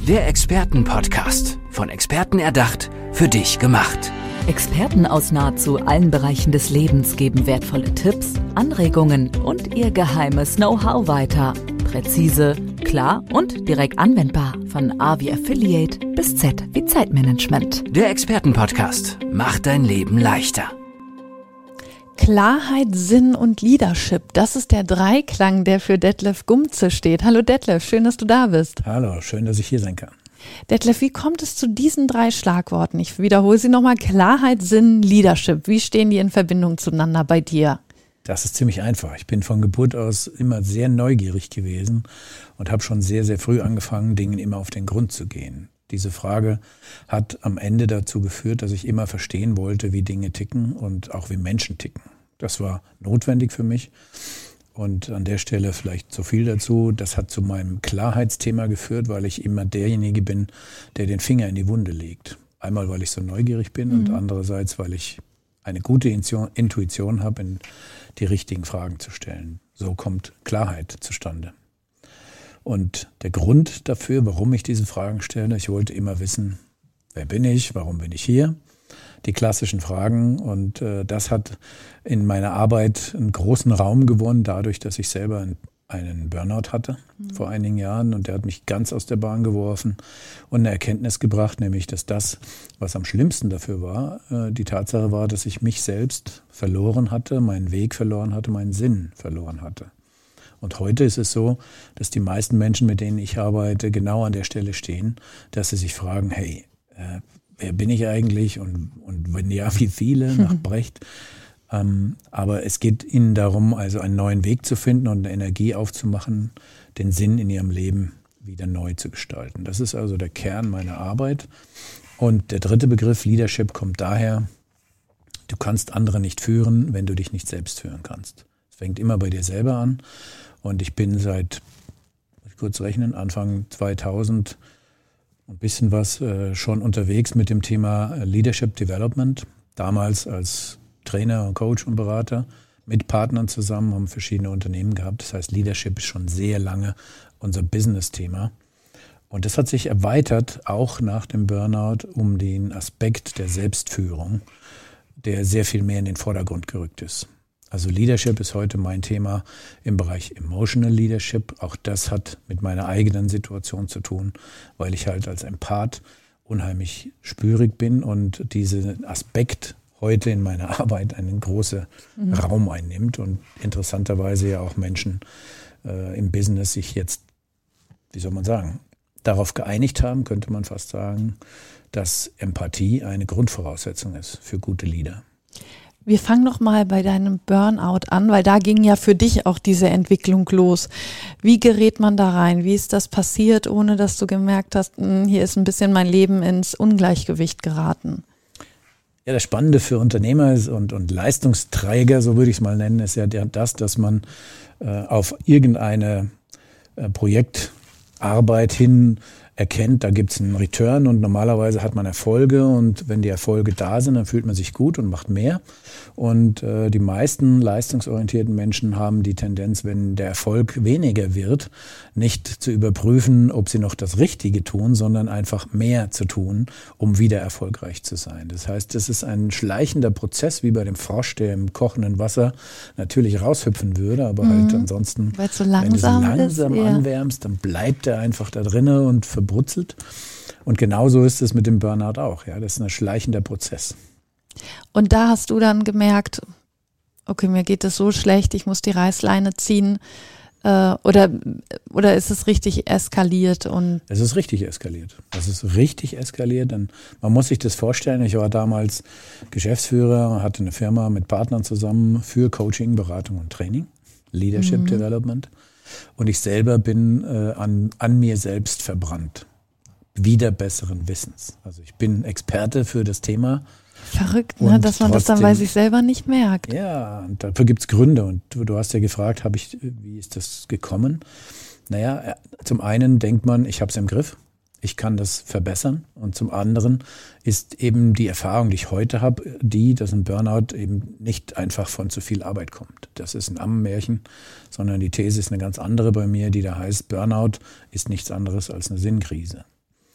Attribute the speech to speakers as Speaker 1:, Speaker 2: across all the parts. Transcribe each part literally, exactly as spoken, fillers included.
Speaker 1: Der Experten-Podcast. Von Experten erdacht, für dich gemacht.
Speaker 2: Experten aus nahezu allen Bereichen des Lebens geben wertvolle Tipps, Anregungen und ihr geheimes Know-how weiter. Präzise, klar und direkt anwendbar. Von A wie Affiliate bis Z wie Zeitmanagement.
Speaker 1: Der Experten-Podcast macht dein Leben leichter.
Speaker 3: Klarheit, Sinn und Leadership, das ist der Dreiklang, der für Detlef Gumze steht. Hallo Detlef, schön, dass du da bist.
Speaker 4: Hallo, schön, dass ich hier sein kann.
Speaker 3: Detlef, wie kommt es zu diesen drei Schlagworten? Ich wiederhole sie nochmal. Klarheit, Sinn, Leadership. Wie stehen die in Verbindung zueinander bei dir?
Speaker 4: Das ist ziemlich einfach. Ich bin von Geburt aus immer sehr neugierig gewesen und habe schon sehr, sehr früh angefangen, Dingen immer auf den Grund zu gehen. Diese Frage hat am Ende dazu geführt, dass ich immer verstehen wollte, wie Dinge ticken und auch wie Menschen ticken. Das war notwendig für mich. Und an der Stelle vielleicht so viel dazu. Das hat zu meinem Klarheitsthema geführt, weil ich immer derjenige bin, der den Finger in die Wunde legt. Einmal, weil ich so neugierig bin mhm. und andererseits, weil ich eine gute Intuition habe, in die richtigen Fragen zu stellen. So kommt Klarheit zustande. Und der Grund dafür, warum ich diese Fragen stelle, ich wollte immer wissen, wer bin ich, warum bin ich hier? Die klassischen Fragen. Und äh, das hat in meiner Arbeit einen großen Raum gewonnen, dadurch, dass ich selber einen, einen Burnout hatte mhm. vor einigen Jahren. Und der hat mich ganz aus der Bahn geworfen und eine Erkenntnis gebracht, nämlich, dass das, was am schlimmsten dafür war, äh, die Tatsache war, dass ich mich selbst verloren hatte, meinen Weg verloren hatte, meinen Sinn verloren hatte. Und heute ist es so, dass die meisten Menschen, mit denen ich arbeite, genau an der Stelle stehen, dass sie sich fragen, hey, äh, wer bin ich eigentlich? Und, und wenn ja, wie viele nach Brecht? ähm, aber es geht ihnen darum, also einen neuen Weg zu finden und eine Energie aufzumachen, den Sinn in ihrem Leben wieder neu zu gestalten. Das ist also der Kern meiner Arbeit. Und der dritte Begriff, Leadership, kommt daher, du kannst andere nicht führen, wenn du dich nicht selbst führen kannst. Es fängt immer bei dir selber an. Und ich bin seit, muss ich kurz rechnen, Anfang zweitausend ein bisschen was äh, schon unterwegs mit dem Thema Leadership Development. Damals als Trainer, Coach und Berater mit Partnern zusammen, haben verschiedene Unternehmen gehabt. Das heißt, Leadership ist schon sehr lange unser Business-Thema. Und das hat sich erweitert, auch nach dem Burnout, um den Aspekt der Selbstführung, der sehr viel mehr in den Vordergrund gerückt ist. Also Leadership ist heute mein Thema im Bereich Emotional Leadership. Auch das hat mit meiner eigenen Situation zu tun, weil ich halt als Empath unheimlich spürig bin und diesen Aspekt heute in meiner Arbeit einen großen mhm. Raum einnimmt und interessanterweise ja auch Menschen äh, im Business sich jetzt, wie soll man sagen, darauf geeinigt haben, könnte man fast sagen, dass Empathie eine Grundvoraussetzung ist für gute Leader.
Speaker 3: Wir fangen noch mal bei deinem Burnout an, weil da ging ja für dich auch diese Entwicklung los. Wie gerät man da rein? Wie ist das passiert, ohne dass du gemerkt hast, hier ist ein bisschen mein Leben ins Ungleichgewicht geraten?
Speaker 4: Ja, das Spannende für Unternehmer und, und Leistungsträger, so würde ich es mal nennen, ist ja das, dass man äh, auf irgendeine äh, Projektarbeit hin erkennt, da gibt es einen Return und normalerweise hat man Erfolge und wenn die Erfolge da sind, dann fühlt man sich gut und macht mehr. Und äh, die meisten leistungsorientierten Menschen haben die Tendenz, wenn der Erfolg weniger wird, nicht zu überprüfen, ob sie noch das Richtige tun, sondern einfach mehr zu tun, um wieder erfolgreich zu sein. Das heißt, das ist ein schleichender Prozess, wie bei dem Frosch, der im kochenden Wasser natürlich raushüpfen würde, aber mhm. halt ansonsten,
Speaker 3: weil es so langsam
Speaker 4: wenn du es langsam
Speaker 3: ist,
Speaker 4: anwärmst, dann bleibt er einfach da drinnen und verbrutzelt. Und genauso ist es mit dem Burnout auch. Ja, das ist ein schleichender Prozess.
Speaker 3: Und da hast du dann gemerkt, okay, mir geht es so schlecht, ich muss die Reißleine ziehen. Äh, oder, oder ist es richtig eskaliert? Und
Speaker 4: es ist richtig eskaliert. Es ist richtig eskaliert. Und man muss sich das vorstellen, ich war damals Geschäftsführer, hatte eine Firma mit Partnern zusammen für Coaching, Beratung und Training, Leadership mhm. Development. Und ich selber bin äh, an, an mir selbst verbrannt. Wieder besseren Wissens. Also ich bin Experte für das Thema.
Speaker 3: Verrückt, ne? Dass man trotzdem, das dann bei sich selber nicht merkt.
Speaker 4: Ja, und dafür gibt es Gründe. Und du, du hast ja gefragt, hab ich, wie ist das gekommen? Naja, zum einen denkt man, ich habe es im Griff. Ich kann das verbessern. Und zum anderen ist eben die Erfahrung, die ich heute habe, die, dass ein Burnout eben nicht einfach von zu viel Arbeit kommt. Das ist ein Ammenmärchen, sondern die These ist eine ganz andere bei mir, die da heißt, Burnout ist nichts anderes als eine Sinnkrise.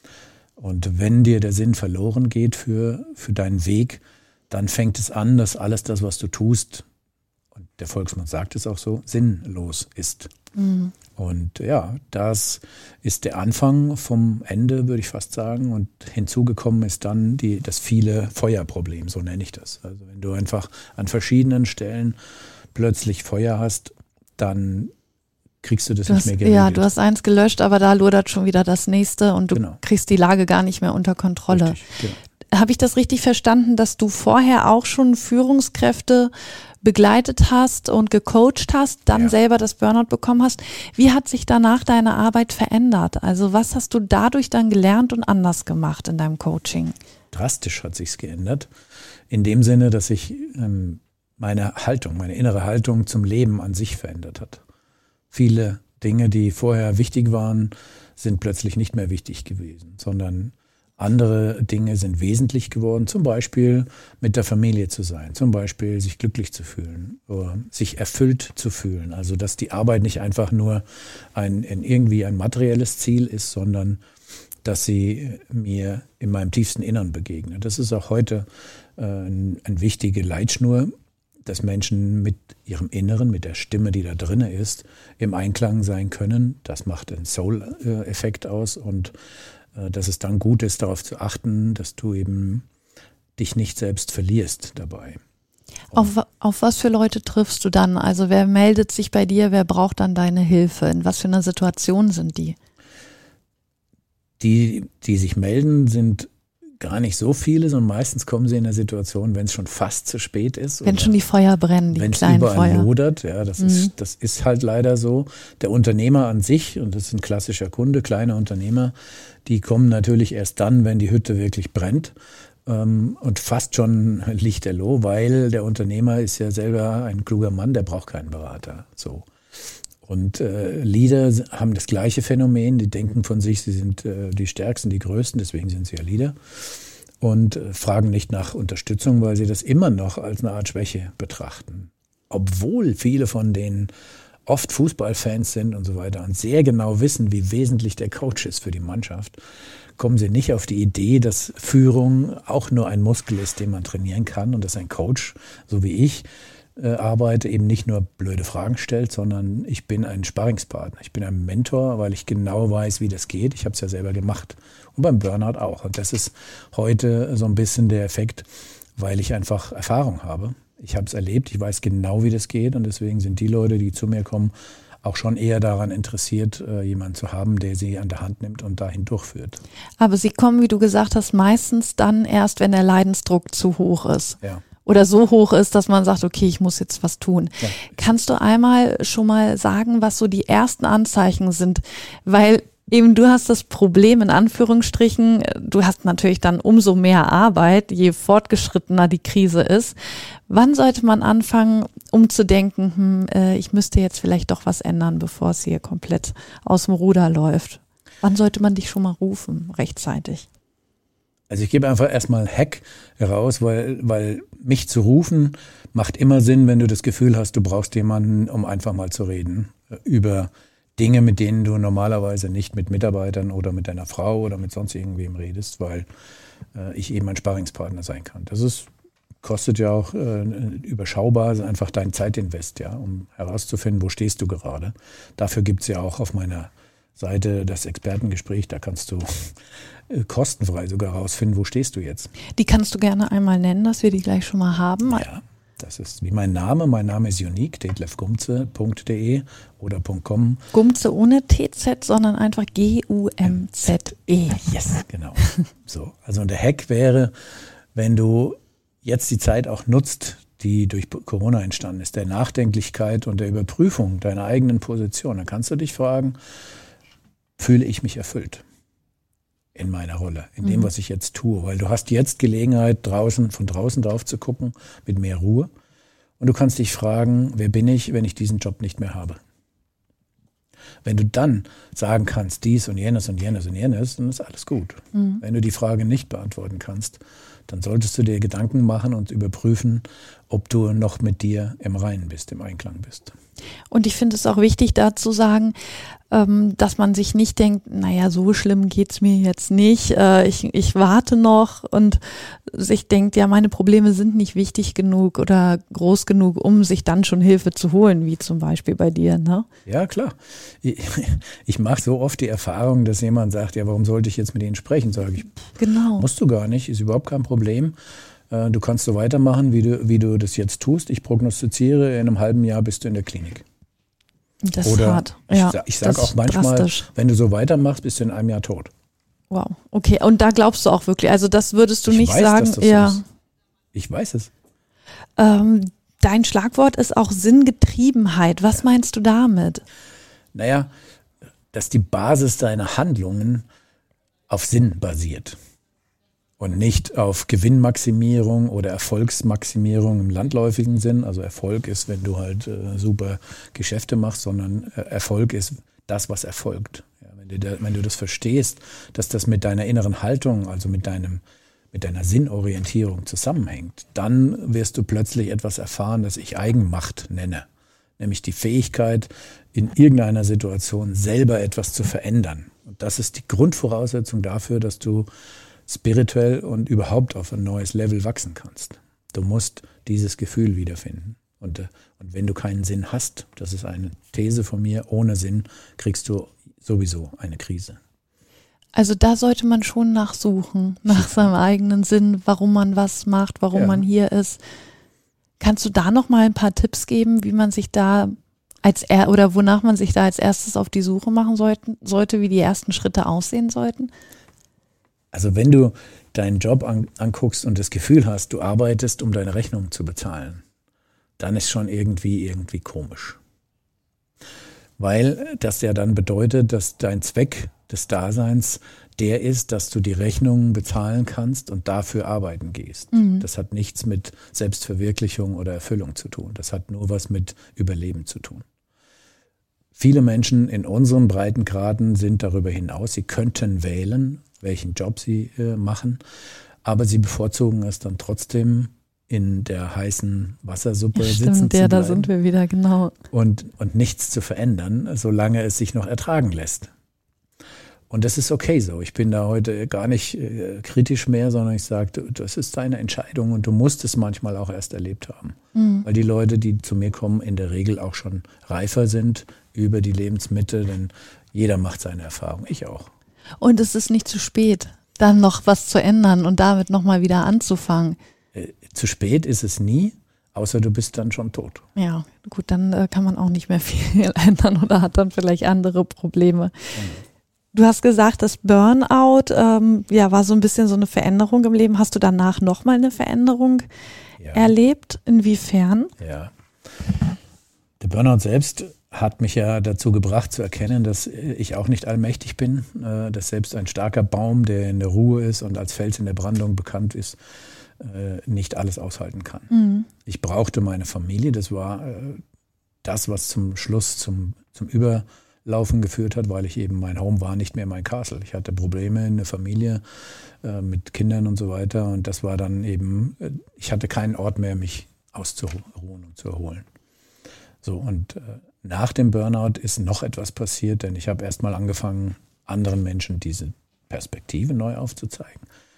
Speaker 4: Und wenn dir der Sinn verloren geht für, für deinen Weg, dann fängt es an, dass alles das, was du tust, und der Volksmund sagt es auch so, sinnlos ist. Mhm. Und ja, das ist der Anfang vom Ende, würde ich fast sagen. Und hinzugekommen ist dann die, das viele Feuerproblem, so nenne ich das. Also wenn du einfach an verschiedenen Stellen plötzlich Feuer hast, dann kriegst du das
Speaker 3: du
Speaker 4: nicht
Speaker 3: hast,
Speaker 4: mehr geregelt.
Speaker 3: Ja, du hast eins gelöscht, aber da lodert schon wieder das nächste und du
Speaker 4: genau.
Speaker 3: kriegst die Lage gar nicht mehr unter Kontrolle.
Speaker 4: Richtig, genau.
Speaker 3: Habe ich das richtig verstanden, dass du vorher auch schon Führungskräfte begleitet hast und gecoacht hast, dann
Speaker 4: ja.
Speaker 3: selber das Burnout bekommen hast? Wie hat sich danach deine Arbeit verändert? Also was hast du dadurch dann gelernt und anders gemacht in deinem Coaching?
Speaker 4: Drastisch hat sich's geändert. In dem Sinne, dass sich ähm, meine Haltung, meine innere Haltung zum Leben an sich verändert hat. Viele Dinge, die vorher wichtig waren, sind plötzlich nicht mehr wichtig gewesen, sondern andere Dinge sind wesentlich geworden, zum Beispiel mit der Familie zu sein, zum Beispiel sich glücklich zu fühlen, oder sich erfüllt zu fühlen. Also dass die Arbeit nicht einfach nur ein, ein irgendwie ein materielles Ziel ist, sondern dass sie mir in meinem tiefsten Innern begegnet. Das ist auch heute äh, ein, eine wichtige Leitschnur, dass Menschen mit ihrem Inneren, mit der Stimme, die da drin ist, im Einklang sein können. Das macht einen Soul-Effekt aus und dass es dann gut ist, darauf zu achten, dass du eben dich nicht selbst verlierst dabei.
Speaker 3: Auf, auf was für Leute triffst du dann? Also wer meldet sich bei dir, wer braucht dann deine Hilfe? In was für einer Situation sind die?
Speaker 4: Die, die sich melden, sind gar nicht so viele, sondern meistens kommen sie in eine Situation, wenn es schon fast zu spät ist.
Speaker 3: Wenn schon die Feuer brennen, die kleinen Feuer. Wenn es überall
Speaker 4: lodert, ja, das, mhm. ist, das ist halt leider so. Der Unternehmer an sich, und das ist ein klassischer Kunde, kleine Unternehmer, die kommen natürlich erst dann, wenn die Hütte wirklich brennt ähm, und fast schon lichterloh, weil der Unternehmer ist ja selber ein kluger Mann, der braucht keinen Berater. So. Und äh, Leader haben das gleiche Phänomen, die denken von sich, sie sind äh, die Stärksten, die Größten, deswegen sind sie ja Leader und äh, fragen nicht nach Unterstützung, weil sie das immer noch als eine Art Schwäche betrachten. Obwohl viele von denen oft Fußballfans sind und so weiter und sehr genau wissen, wie wesentlich der Coach ist für die Mannschaft, kommen sie nicht auf die Idee, dass Führung auch nur ein Muskel ist, den man trainieren kann und dass ein Coach, so wie ich, Äh, arbeite, eben nicht nur blöde Fragen stellt, sondern ich bin ein Sparringspartner. Ich bin ein Mentor, weil ich genau weiß, wie das geht. Ich habe es ja selber gemacht. Und beim Burnout auch. Und das ist heute so ein bisschen der Effekt, weil ich einfach Erfahrung habe. Ich habe es erlebt, ich weiß genau, wie das geht. Und deswegen sind die Leute, die zu mir kommen, auch schon eher daran interessiert, äh, jemanden zu haben, der sie an der Hand nimmt und dahin durchführt.
Speaker 3: Aber sie kommen, wie du gesagt hast, meistens dann erst, wenn der Leidensdruck zu hoch ist.
Speaker 4: Ja.
Speaker 3: Oder so hoch ist, dass man sagt, okay, ich muss jetzt was tun. Ja. Kannst du einmal schon mal sagen, was so die ersten Anzeichen sind? Weil eben du hast das Problem in Anführungsstrichen, du hast natürlich dann umso mehr Arbeit, je fortgeschrittener die Krise ist. Wann sollte man anfangen, um zu denken, hm, äh, ich müsste jetzt vielleicht doch was ändern, bevor es hier komplett aus dem Ruder läuft? Wann sollte man dich schon mal rufen, rechtzeitig?
Speaker 4: Also ich gebe einfach erstmal Hack heraus, weil, weil mich zu rufen macht immer Sinn, wenn du das Gefühl hast, du brauchst jemanden, um einfach mal zu reden über Dinge, mit denen du normalerweise nicht mit Mitarbeitern oder mit deiner Frau oder mit sonst irgendwem redest, weil äh, ich eben ein Sparringspartner sein kann. Das ist, kostet ja auch äh, überschaubar, also einfach dein Zeitinvest, ja, um herauszufinden, wo stehst du gerade. Dafür gibt's ja auch auf meiner Seite das Expertengespräch, da kannst du kostenfrei sogar rausfinden, wo stehst du jetzt.
Speaker 3: Die kannst du gerne einmal nennen, dass wir die gleich schon mal haben.
Speaker 4: Ja, das ist wie mein Name. Mein Name ist unique, detlef gumze punkt de oder .com.
Speaker 3: Gumze ohne T Z, sondern einfach G U M Z E.
Speaker 4: Yes, genau. So, also der Hack wäre, wenn du jetzt die Zeit auch nutzt, die durch Corona entstanden ist, der Nachdenklichkeit und der Überprüfung deiner eigenen Position, dann kannst du dich fragen, fühle ich mich erfüllt in meiner Rolle, in dem, was ich jetzt tue. Weil du hast jetzt Gelegenheit, draußen von draußen drauf zu gucken, mit mehr Ruhe. Und du kannst dich fragen, wer bin ich, wenn ich diesen Job nicht mehr habe? Wenn du dann sagen kannst, dies und jenes und jenes und jenes, dann ist alles gut. Mhm. Wenn du die Frage nicht beantworten kannst, dann solltest du dir Gedanken machen und überprüfen, ob du noch mit dir im Reinen bist, im Einklang bist.
Speaker 3: Und ich finde es auch wichtig, da zu sagen, ähm, dass man sich nicht denkt, naja, so schlimm geht's mir jetzt nicht, äh, ich, ich warte noch und sich denkt, ja, meine Probleme sind nicht wichtig genug oder groß genug, um sich dann schon Hilfe zu holen, wie zum Beispiel bei dir, ne?
Speaker 4: Ja, klar. Ich, ich mache so oft die Erfahrung, dass jemand sagt, ja, warum sollte ich jetzt mit Ihnen sprechen? Sage ich, pff,
Speaker 3: genau.
Speaker 4: Musst du gar nicht, ist überhaupt kein Problem. Du kannst so weitermachen, wie du, wie du das jetzt tust. Ich prognostiziere, in einem halben Jahr bist du in der Klinik.
Speaker 3: Das
Speaker 4: Oder
Speaker 3: ist hart.
Speaker 4: Ich,
Speaker 3: ja,
Speaker 4: ich sage auch manchmal, drastisch. Wenn du so weitermachst, bist du in einem Jahr tot.
Speaker 3: Wow, okay. Und da glaubst du auch wirklich, also das würdest du
Speaker 4: ich
Speaker 3: nicht
Speaker 4: weiß,
Speaker 3: sagen.
Speaker 4: Dass das
Speaker 3: ja.
Speaker 4: so ist. Ich weiß es.
Speaker 3: Ähm, dein Schlagwort ist auch Sinngetriebenheit. Was meinst du damit?
Speaker 4: Naja, dass die Basis deiner Handlungen auf Sinn basiert. Und nicht auf Gewinnmaximierung oder Erfolgsmaximierung im landläufigen Sinn. Also Erfolg ist, wenn du halt äh, super Geschäfte machst, sondern äh, Erfolg ist das, was erfolgt. Ja, wenn, du da, wenn du das verstehst, dass das mit deiner inneren Haltung, also mit deinem, mit deiner Sinnorientierung zusammenhängt, dann wirst du plötzlich etwas erfahren, das ich Eigenmacht nenne. Nämlich die Fähigkeit, in irgendeiner Situation selber etwas zu verändern. Und das ist die Grundvoraussetzung dafür, dass du spirituell und überhaupt auf ein neues Level wachsen kannst. Du musst dieses Gefühl wiederfinden. Und, und wenn du keinen Sinn hast, das ist eine These von mir, ohne Sinn kriegst du sowieso eine Krise.
Speaker 3: Also da sollte man schon nachsuchen, nach seinem eigenen Sinn, warum man was macht, warum ja. man hier ist. Kannst du da noch mal ein paar Tipps geben, wie man sich da als er oder wonach man sich da als erstes auf die Suche machen sollte, sollte, wie die ersten Schritte aussehen sollten?
Speaker 4: Also wenn du deinen Job an, anguckst und das Gefühl hast, du arbeitest, um deine Rechnung zu bezahlen, dann ist schon irgendwie irgendwie komisch. Weil das ja dann bedeutet, dass dein Zweck des Daseins der ist, dass du die Rechnungen bezahlen kannst und dafür arbeiten gehst. Mhm. Das hat nichts mit Selbstverwirklichung oder Erfüllung zu tun. Das hat nur was mit Überleben zu tun. Viele Menschen in unseren Breitengraden sind darüber hinaus, sie könnten wählen, welchen Job sie äh, machen, aber sie bevorzugen es dann trotzdem, in der heißen Wassersuppe
Speaker 3: ja,
Speaker 4: sitzen
Speaker 3: stimmt,
Speaker 4: zu
Speaker 3: ja,
Speaker 4: bleiben.
Speaker 3: Da sind wir wieder, genau.
Speaker 4: Und, und nichts zu verändern, solange es sich noch ertragen lässt. Und das ist okay so. Ich bin da heute gar nicht äh, kritisch mehr, sondern ich sage, das ist deine Entscheidung und du musst es manchmal auch erst erlebt haben. Mhm. Weil die Leute, die zu mir kommen, in der Regel auch schon reifer sind über die Lebensmitte, denn jeder macht seine Erfahrung, ich auch.
Speaker 3: Und es ist nicht zu spät, dann noch was zu ändern und damit nochmal wieder anzufangen.
Speaker 4: Äh, zu spät ist es nie, außer du bist dann schon tot.
Speaker 3: Ja, gut, dann äh, kann man auch nicht mehr viel ändern oder hat dann vielleicht andere Probleme. Mhm. Du hast gesagt, das Burnout ähm, ja, war so ein bisschen so eine Veränderung im Leben. Hast du danach nochmal eine Veränderung ja. erlebt? Inwiefern?
Speaker 4: Ja. Der Burnout selbst hat mich ja dazu gebracht zu erkennen, dass ich auch nicht allmächtig bin, dass selbst ein starker Baum, der in der Ruhe ist und als Fels in der Brandung bekannt ist, nicht alles aushalten kann. Mhm. Ich brauchte meine Familie, das war das, was zum Schluss zum, zum Überlaufen geführt hat, weil ich eben, mein Home war nicht mehr mein Castle. Ich hatte Probleme in der Familie mit Kindern und so weiter und das war dann eben, ich hatte keinen Ort mehr, mich auszuruhen und zu erholen. So, und nach dem Burnout ist noch etwas passiert, denn ich habe erst mal angefangen, anderen Menschen diese Perspektive neu aufzuzeigen.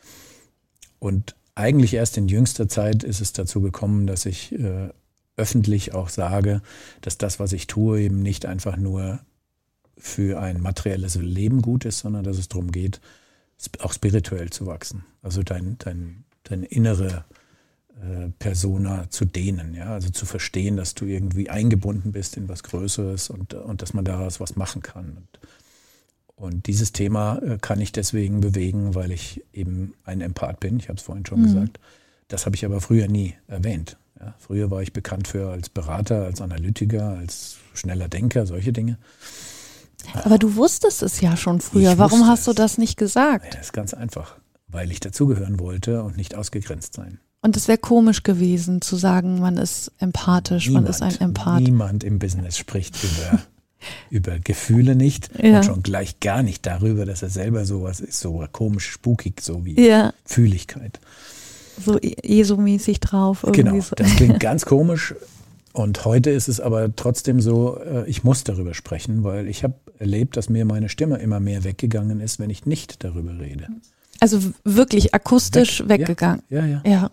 Speaker 4: Und eigentlich erst in jüngster Zeit ist es dazu gekommen, dass ich äh, öffentlich auch sage, dass das, was ich tue, eben nicht einfach nur für ein materielles Leben gut ist, sondern dass es darum geht, auch spirituell zu wachsen. Also dein, dein, dein innere Persona zu dehnen, ja, also zu verstehen, dass du irgendwie eingebunden bist in was Größeres und, und dass man daraus was machen kann. Und, und dieses Thema kann ich deswegen bewegen, weil ich eben ein Empath bin, ich habe es vorhin schon mhm. gesagt. Das habe ich aber früher nie erwähnt. Ja, früher war ich bekannt für als Berater, als Analytiker, als schneller Denker, solche Dinge.
Speaker 3: Aber du wusstest es ja schon früher. Warum hast du das nicht gesagt?
Speaker 4: Ja, das ist ganz einfach, weil ich dazugehören wollte und nicht ausgegrenzt sein.
Speaker 3: Und es wäre komisch gewesen, zu sagen, man ist empathisch,
Speaker 4: niemand,
Speaker 3: man ist ein Empath.
Speaker 4: Niemand im Business spricht über, über Gefühle nicht
Speaker 3: ja.
Speaker 4: und schon gleich gar nicht darüber, dass er selber sowas ist, so komisch, spukig, so wie
Speaker 3: ja.
Speaker 4: Fühligkeit.
Speaker 3: so E S O-mäßig drauf. Irgendwie
Speaker 4: genau,
Speaker 3: so.
Speaker 4: Das klingt ganz komisch. Und heute ist es aber trotzdem so, ich muss darüber sprechen, weil ich habe erlebt, dass mir meine Stimme immer mehr weggegangen ist, wenn ich nicht darüber rede.
Speaker 3: Also wirklich akustisch
Speaker 4: Weg,
Speaker 3: weggegangen.
Speaker 4: Ja, ja.
Speaker 3: ja. ja.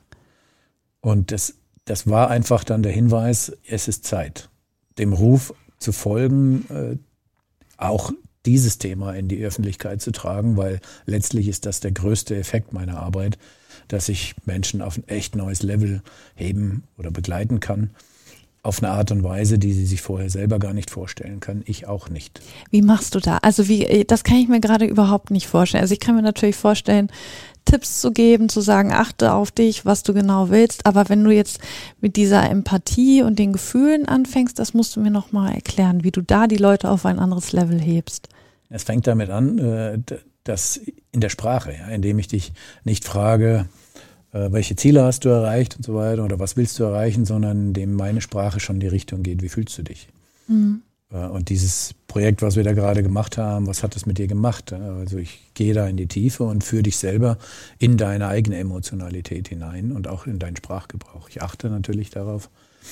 Speaker 4: Und das, das war einfach dann der Hinweis, es ist Zeit, dem Ruf zu folgen, äh, auch dieses Thema in die Öffentlichkeit zu tragen, weil letztlich ist das der größte Effekt meiner Arbeit, dass ich Menschen auf ein echt neues Level heben oder begleiten kann. Auf eine Art und Weise, die sie sich vorher selber gar nicht vorstellen können. Ich auch nicht.
Speaker 3: Wie machst du da? Also wie, das kann ich mir gerade überhaupt nicht vorstellen. Also ich kann mir natürlich vorstellen, Tipps zu geben, zu sagen, achte auf dich, was du genau willst. Aber wenn du jetzt mit dieser Empathie und den Gefühlen anfängst, das musst du mir nochmal erklären, wie du da die Leute auf ein anderes Level hebst.
Speaker 4: Es fängt damit an, dass in der Sprache, ja, indem ich dich nicht frage, welche Ziele hast du erreicht und so weiter oder was willst du erreichen, sondern indem meine Sprache schon in die Richtung geht, wie fühlst du dich? Mhm. Und dieses Projekt, was wir da gerade gemacht haben, was hat das mit dir gemacht? Also ich gehe da in die Tiefe und führe dich selber in deine eigene Emotionalität hinein und auch in deinen Sprachgebrauch. Ich achte natürlich darauf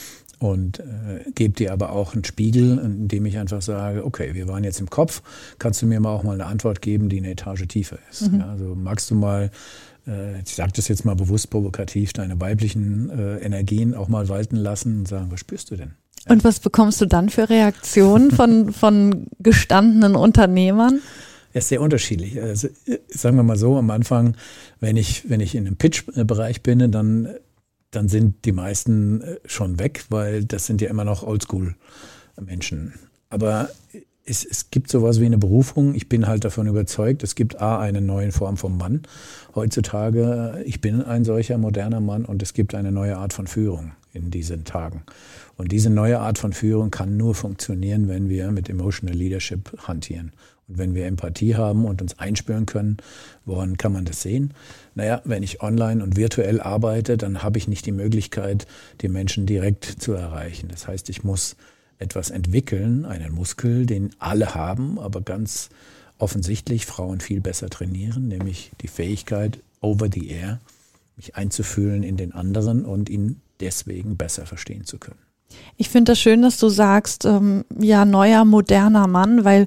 Speaker 4: und äh, gebe dir aber auch einen Spiegel, indem ich einfach sage, okay, wir waren jetzt im Kopf, kannst du mir mal auch mal eine Antwort geben, die eine Etage tiefer ist? Mhm. Ja, also magst du mal, äh, ich sage das jetzt mal bewusst provokativ, deine weiblichen äh, Energien auch mal walten lassen und sagen, was spürst du denn? Ja.
Speaker 3: Und was bekommst du dann für Reaktionen von, von gestandenen Unternehmern?
Speaker 4: Ja, ist sehr unterschiedlich. Also, sagen wir mal so, am Anfang, wenn ich, wenn ich in einem Pitch-Bereich bin, dann dann sind die meisten schon weg, weil das sind ja immer noch Oldschool-Menschen. Aber es, es gibt sowas wie eine Berufung. Ich bin halt davon überzeugt, es gibt A, eine neue Form vom Mann heutzutage. Ich bin ein solcher moderner Mann und es gibt eine neue Art von Führung in diesen Tagen. Und diese neue Art von Führung kann nur funktionieren, wenn wir mit Emotional Leadership hantieren. Und wenn wir Empathie haben und uns einspüren können, woran kann man das sehen? Naja, wenn ich online und virtuell arbeite, dann habe ich nicht die Möglichkeit, die Menschen direkt zu erreichen. Das heißt, ich muss etwas entwickeln, einen Muskel, den alle haben, aber ganz offensichtlich Frauen viel besser trainieren, nämlich die Fähigkeit, over the air, mich einzufühlen in den anderen und ihn deswegen besser verstehen zu können.
Speaker 3: Ich finde das schön, dass du sagst, ähm, ja, neuer, moderner Mann, weil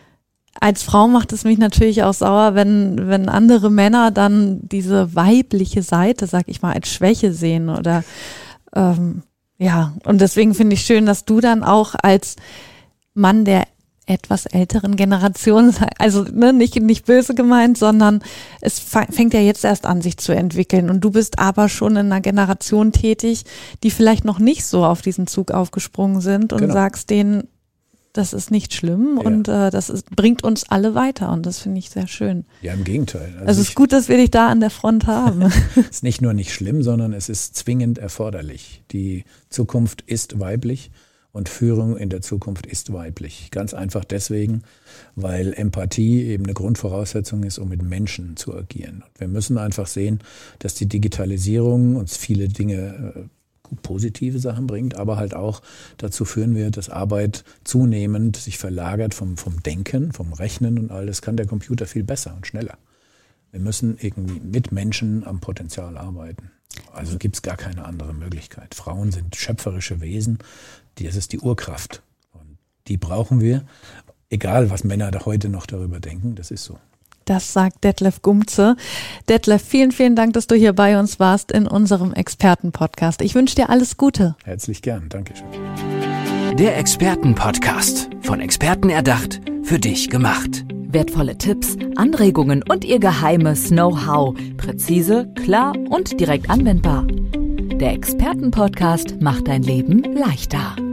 Speaker 3: als Frau macht es mich natürlich auch sauer, wenn, wenn andere Männer dann diese weibliche Seite, sag ich mal, als Schwäche sehen oder ähm, ja, und deswegen finde ich schön, dass du dann auch als Mann der etwas älteren Generation, also ne, nicht, nicht böse gemeint, sondern es fängt ja jetzt erst an, sich zu entwickeln und du bist aber schon in einer Generation tätig, die vielleicht noch nicht so auf diesen Zug aufgesprungen sind und genau. sagst denen, das ist nicht schlimm ja. und äh, das ist, bringt uns alle weiter und das finde ich sehr schön.
Speaker 4: Ja, im Gegenteil.
Speaker 3: Also, also es ist gut, dass wir dich da an der Front haben.
Speaker 4: Es ist nicht nur nicht schlimm, sondern es ist zwingend erforderlich. Die Zukunft ist weiblich und Führung in der Zukunft ist weiblich. Ganz einfach deswegen, weil Empathie eben eine Grundvoraussetzung ist, um mit Menschen zu agieren. Und wir müssen einfach sehen, dass die Digitalisierung uns viele Dinge äh, positive Sachen bringt, aber halt auch dazu führen wird, dass Arbeit zunehmend sich verlagert vom, vom Denken, vom Rechnen und all das kann der Computer viel besser und schneller. Wir müssen irgendwie mit Menschen am Potenzial arbeiten. Also gibt es gar keine andere Möglichkeit. Frauen sind schöpferische Wesen, das ist die Urkraft. Und die brauchen wir, egal was Männer da heute noch darüber denken, das ist so.
Speaker 3: Das sagt Detlef Gumze. Detlef, vielen, vielen Dank, dass du hier bei uns warst in unserem Experten-Podcast. Ich wünsche dir alles Gute.
Speaker 4: Herzlich gern. Dankeschön.
Speaker 1: Der Experten-Podcast. Von Experten erdacht, für dich gemacht.
Speaker 2: Wertvolle Tipps, Anregungen und ihr geheimes Know-how. Präzise, klar und direkt anwendbar. Der Experten-Podcast macht dein Leben leichter.